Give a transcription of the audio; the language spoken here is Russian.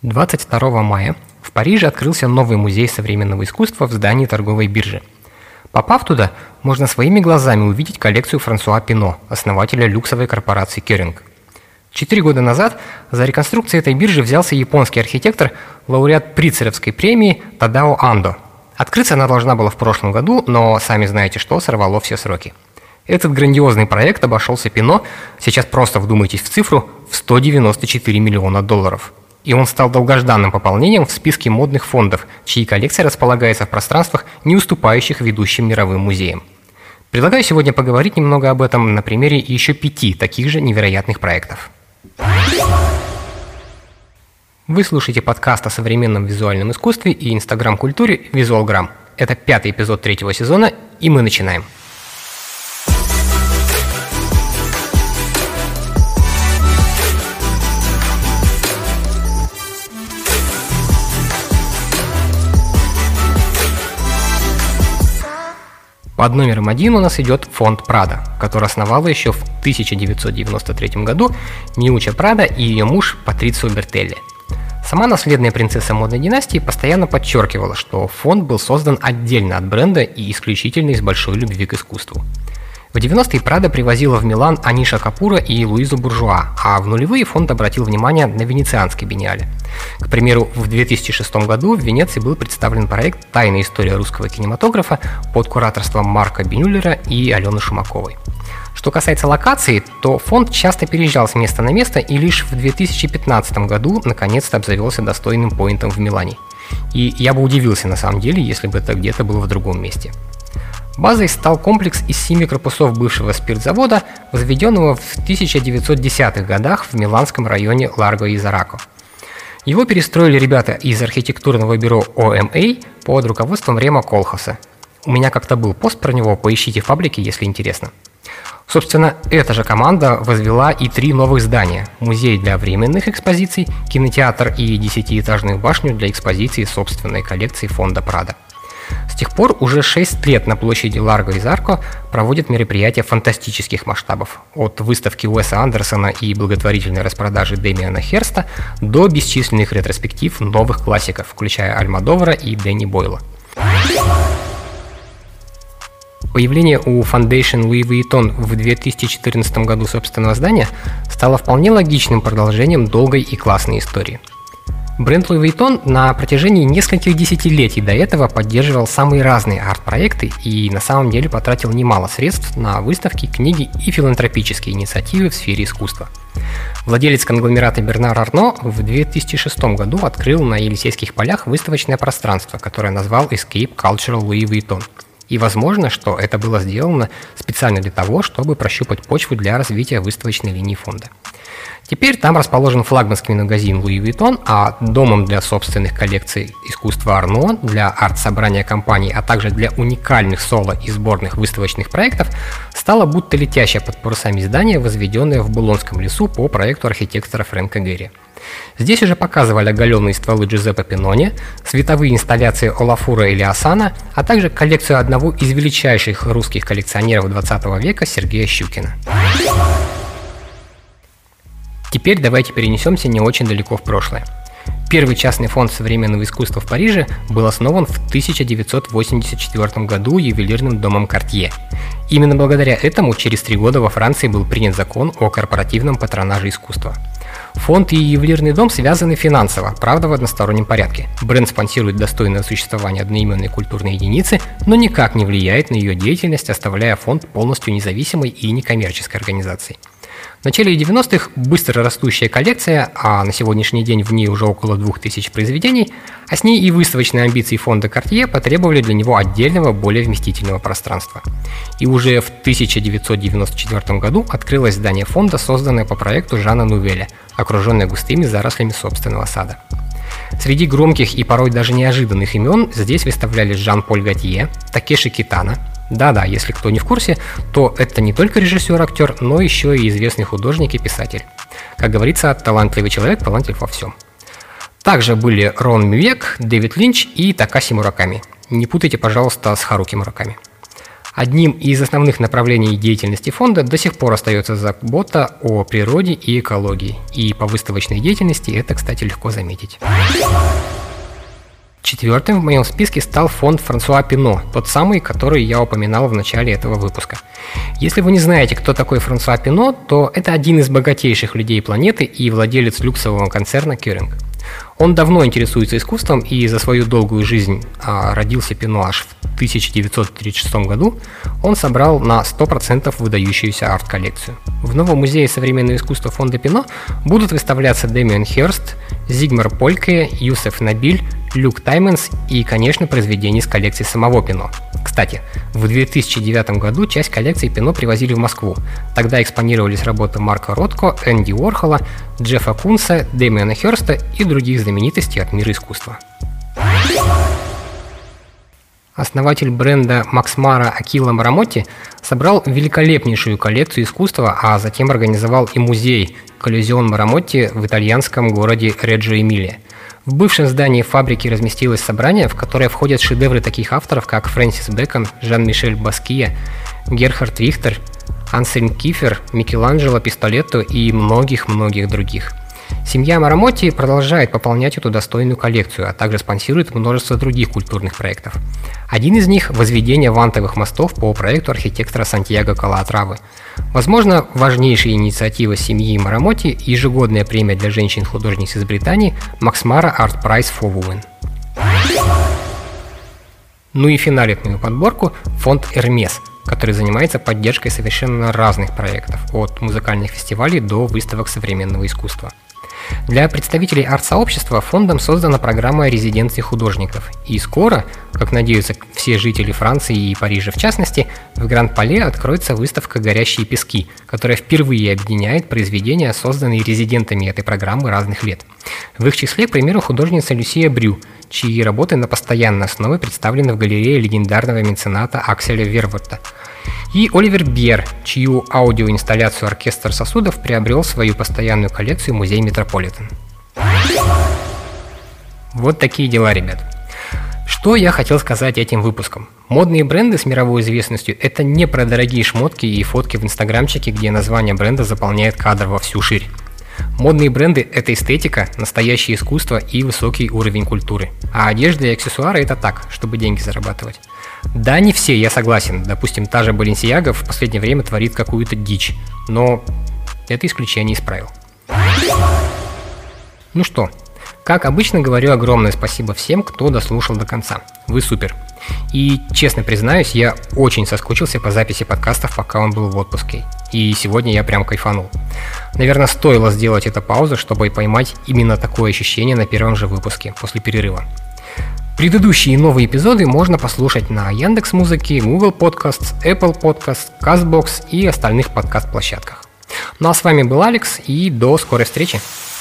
22 мая в Париже открылся новый музей современного искусства в здании торговой биржи. Попав туда, можно своими глазами увидеть коллекцию Франсуа Пино, основателя люксовой корпорации Kering. 4 года назад за реконструкцию этой биржи взялся японский архитектор, лауреат Прицеровской премии Тадао Андо. Открыться она должна была в прошлом году, но сами знаете что, сорвало все сроки. Этот грандиозный проект обошелся Пино, сейчас просто вдумайтесь в цифру, в 194 миллиона долларов. И он стал долгожданным пополнением в списке модных фондов, чьи коллекции располагаются в пространствах, не уступающих ведущим мировым музеям. Предлагаю сегодня поговорить немного об этом на примере еще 5 таких же невероятных проектов. Вы слушаете подкаст о современном визуальном искусстве и инстаграм-культуре «Визуалграм». Это 5-й эпизод 3-го сезона, и мы начинаем. Под номером 1 у нас идет фонд Прада, который основала еще в 1993 году Миуччо Прадо и ее муж Патрицио Бертелли. Сама наследная принцесса модной династии постоянно подчеркивала, что фонд был создан отдельно от бренда и исключительно из большой любви к искусству. В 90-е Прадо привозила в Милан Аниша Капура и Луизу Буржуа, а в нулевые фонд обратил внимание на венецианский биеннале. К примеру, в 2006 году в Венеции был представлен проект «Тайная история русского кинематографа» под кураторством Марка Бенюллера и Алены Шумаковой. Что касается локаций, то фонд часто переезжал с места на место и лишь в 2015 году наконец-то обзавелся достойным поинтом в Милане. И я бы удивился на самом деле, если бы это где-то было в другом месте. Базой стал комплекс из 7 корпусов бывшего спиртзавода, возведенного в 1910-х годах в миланском районе Ларго-Изарако. Его перестроили ребята из архитектурного бюро ОМА под руководством Ремо Колхоса. У меня как-то был пост про него, поищите в паблике, если интересно. Собственно, эта же команда возвела и 3 новых здания – музей для временных экспозиций, кинотеатр и 10-этажную башню для экспозиции собственной коллекции фонда Прадо. С тех пор уже 6 лет на площади Ларго-Изарако проводят мероприятия фантастических масштабов. От выставки Уэса Андерсона и благотворительной распродажи Дэмиана Херста до бесчисленных ретроспектив новых классиков, включая Альмодовара и Дэнни Бойла. Появление у Foundation Louis Vuitton в 2014 году собственного здания стало вполне логичным продолжением долгой и классной истории. Бренд Louis Vuitton на протяжении нескольких десятилетий до этого поддерживал самые разные арт-проекты и на самом деле потратил немало средств на выставки, книги и филантропические инициативы в сфере искусства. Владелец конгломерата Бернар Арно в 2006 году открыл на Елисейских полях выставочное пространство, которое назвал Escape Cultural Louis Vuitton. И возможно, что это было сделано специально для того, чтобы прощупать почву для развития выставочной линии фонда. Теперь там расположен флагманский магазин Louis Vuitton, а домом для собственных коллекций искусства Арно, для арт-собрания компаний, а также для уникальных соло и сборных выставочных проектов стало будто летящее под парусами здание, возведенное в Булонском лесу по проекту архитектора Фрэнка Герри. Здесь уже показывали оголенные стволы Джузеппе Пинони, световые инсталляции Олафура Элиасана, а также коллекцию одного из величайших русских коллекционеров 20 века Сергея Щукина. Теперь давайте перенесемся не очень далеко в прошлое. Первый частный фонд современного искусства в Париже был основан в 1984 году ювелирным домом Cartier. Именно благодаря этому через 3 года во Франции был принят закон о корпоративном патронаже искусства. Фонд и ювелирный дом связаны финансово, правда в одностороннем порядке. Бренд спонсирует достойное существование одноименной культурной единицы, но никак не влияет на ее деятельность, оставляя фонд полностью независимой и некоммерческой организацией. В начале 90-х быстро растущая коллекция, а на сегодняшний день в ней уже около 2000 произведений, а с ней и выставочные амбиции фонда Cartier потребовали для него отдельного, более вместительного пространства. И уже в 1994 году открылось здание фонда, созданное по проекту Жана Нувеля, окруженное густыми зарослями собственного сада. Среди громких и порой даже неожиданных имен здесь выставлялись Жан-Поль Готье, Такеши Китано. Да-да, если кто не в курсе, то это не только режиссер-актер, но еще и известный художник и писатель. Как говорится, талантливый человек талантлив во всем. Также были Рон Мюек, Дэвид Линч и Такаси Мураками. Не путайте, пожалуйста, с Харуки Мураками. Одним из основных направлений деятельности фонда до сих пор остается забота о природе и экологии. И по выставочной деятельности это, кстати, легко заметить. Четвертым в моем списке стал фонд Франсуа Пино, тот самый, который я упоминал в начале этого выпуска. Если вы не знаете, кто такой Франсуа Пино, то это один из богатейших людей планеты и владелец люксового концерна Kering. Он давно интересуется искусством, и за свою долгую жизнь, родился Пино аж в 1936 году, он собрал на 100% выдающуюся арт-коллекцию. В новом музее современного искусства фонда Пино будут выставляться Дэмиан Хёрст, Зигмар Полькке, Юсеф Набиль, Люк Тайманс и, конечно, произведения из коллекции самого Пино. Кстати, в 2009 году часть коллекции Пино привозили в Москву. Тогда экспонировались работы Марка Ротко, Энди Уорхола, Джеффа Кунса, Дэмиана Хёрста и других знаменитостей от мира искусства. Основатель бренда Макс Мара Акило Марамотти собрал великолепнейшую коллекцию искусства, а затем организовал и музей Коллизион Марамотти в итальянском городе Реджо Эмилия. В бывшем здании фабрики разместилось собрание, в которое входят шедевры таких авторов, как Фрэнсис Бэкон, Жан-Мишель Баския, Герхард Рихтер, Ансельм Кифер, Микеланджело Пистолетто и многих-многих других. Семья Марамотти продолжает пополнять эту достойную коллекцию, а также спонсирует множество других культурных проектов. Один из них – возведение вантовых мостов по проекту архитектора Сантьяго Калаатравы. Возможно, важнейшая инициатива семьи Марамотти – ежегодная премия для женщин-художниц из Британии Max Mara Art Prize for Women. Ну и финалит мою подборку фонд Hermes, который занимается поддержкой совершенно разных проектов, от музыкальных фестивалей до выставок современного искусства. Для представителей арт-сообщества фондом создана программа резиденций художников, и скоро, как надеются все жители Франции и Парижа в частности, в Гранд-Пале откроется выставка «Горящие пески», которая впервые объединяет произведения, созданные резидентами этой программы разных лет. В их числе, к примеру, художница Люсия Брю, чьи работы на постоянной основе представлены в галерее легендарного мецената Акселя Верворта, и Оливер Бьер, чью аудиоинсталляцию «Оркестр сосудов» приобрел в свою постоянную коллекцию музей Метрополитен. Вот такие дела, ребят. Что я хотел сказать этим выпуском? Модные бренды с мировой известностью – это не про дорогие шмотки и фотки в инстаграмчике, где название бренда заполняет кадр во всю ширь. Модные бренды – это эстетика, настоящее искусство и высокий уровень культуры. А одежда и аксессуары – это так, чтобы деньги зарабатывать. Да, не все, я согласен. Допустим, та же Balenciaga в последнее время творит какую-то дичь. Но это исключение из правил. Ну что, как обычно говорю огромное спасибо всем, кто дослушал до конца. Вы супер. И, честно признаюсь, я очень соскучился по записи подкастов, пока он был в отпуске. И сегодня я прям кайфанул. Наверное, стоило сделать эту паузу, чтобы поймать именно такое ощущение на первом же выпуске, после перерыва. Предыдущие новые эпизоды можно послушать на Яндекс.Музыке, Google Podcasts, Apple Podcasts, CastBox и остальных подкаст-площадках. Ну а с вами был Алекс, и до скорой встречи!